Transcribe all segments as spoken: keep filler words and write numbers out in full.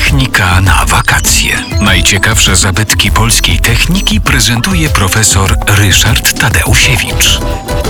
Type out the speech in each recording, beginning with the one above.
Technika na wakacje. Najciekawsze zabytki polskiej techniki prezentuje profesor Ryszard Tadeusiewicz.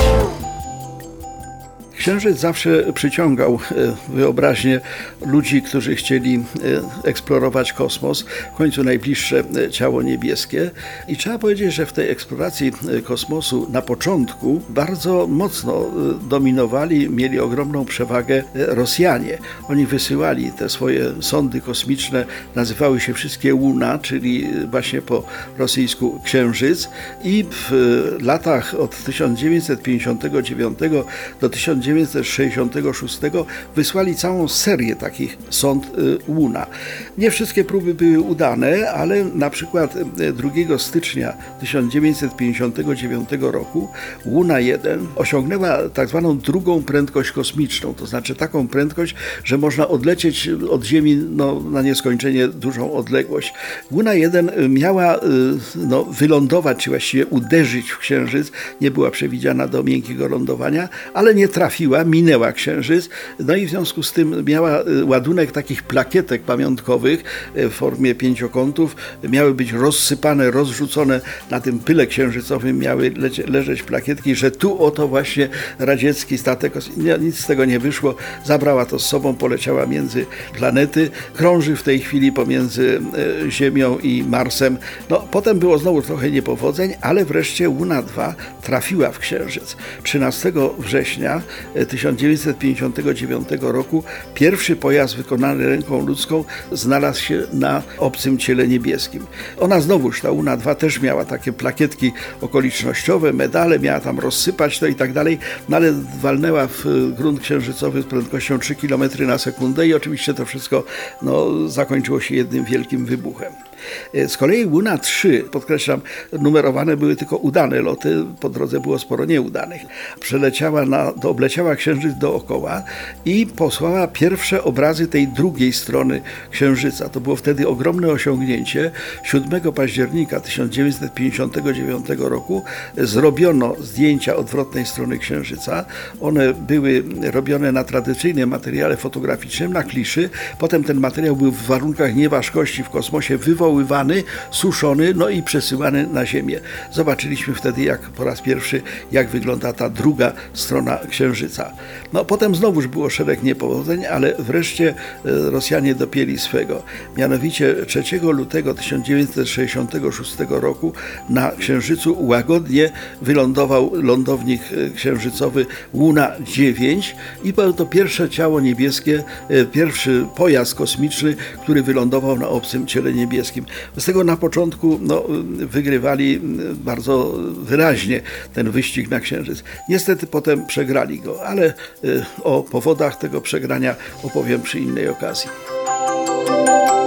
Księżyc zawsze przyciągał wyobraźnię ludzi, którzy chcieli eksplorować kosmos, w końcu najbliższe ciało niebieskie. I trzeba powiedzieć, że w tej eksploracji kosmosu na początku bardzo mocno dominowali, mieli ogromną przewagę Rosjanie. Oni wysyłali te swoje sondy kosmiczne, nazywały się wszystkie Łuna, czyli właśnie po rosyjsku Księżyc, i w latach od tysiąc dziewięćset pięćdziesiątego dziewiątego do tysiąc dziewięćset sześćdziesiątego szóstego wysłali całą serię takich sond Łuna. Nie wszystkie próby były udane, ale na przykład drugiego stycznia tysiąc dziewięćset pięćdziesiątego dziewiątego roku Łuna jeden osiągnęła tak zwaną drugą prędkość kosmiczną, to znaczy taką prędkość, że można odlecieć od Ziemi no, na nieskończenie dużą odległość. Łuna jeden miała no, wylądować, czy właściwie uderzyć w Księżyc, nie była przewidziana do miękkiego lądowania, ale nie trafiła. Minęła Księżyc, no i w związku z tym miała ładunek takich plakietek pamiątkowych w formie pięciokątów. Miały być rozsypane, rozrzucone na tym pyle księżycowym, miały lecie, leżeć plakietki, że tu oto właśnie radziecki statek, nic z tego nie wyszło, zabrała to z sobą, poleciała między planety, krąży w tej chwili pomiędzy Ziemią i Marsem. No, potem było znowu trochę niepowodzeń, ale wreszcie Łuna dwa trafiła w Księżyc. trzynastego września tysiąc dziewięćset pięćdziesiątego dziewiątego roku pierwszy pojazd wykonany ręką ludzką znalazł się na obcym ciele niebieskim. Ona znowuż, ta Łuna dwa też miała takie plakietki okolicznościowe, medale, miała tam rozsypać to i tak dalej, no ale walnęła w grunt księżycowy z prędkością trzy kilometry na sekundę i oczywiście to wszystko no, zakończyło się jednym wielkim wybuchem. Z kolei Łuna trzy, podkreślam, numerowane były tylko udane loty, po drodze było sporo nieudanych. Przeleciała, na, do, obleciała Księżyc dookoła i posłała pierwsze obrazy tej drugiej strony Księżyca. To było wtedy ogromne osiągnięcie. siódmego października tysiąc dziewięćset pięćdziesiątego dziewiątego roku zrobiono zdjęcia odwrotnej strony Księżyca. One były robione na tradycyjnym materiale fotograficznym, na kliszy. Potem ten materiał był w warunkach nieważkości w kosmosie wywoływany, suszony, no i przesyłany na Ziemię. Zobaczyliśmy wtedy, jak po raz pierwszy, jak wygląda ta druga strona Księżyca. No potem znowuż było szereg niepowodzeń, ale wreszcie Rosjanie dopięli swego. Mianowicie trzeciego lutego tysiąc dziewięćset sześćdziesiątego szóstego roku na Księżycu łagodnie wylądował lądownik księżycowy Łuna dziewięć i było to pierwsze ciało niebieskie, pierwszy pojazd kosmiczny, który wylądował na obcym ciele niebieskim. Z tego na początku no, wygrywali bardzo wyraźnie ten wyścig na Księżyc. Niestety potem przegrali go, ale y, o powodach tego przegrania opowiem przy innej okazji.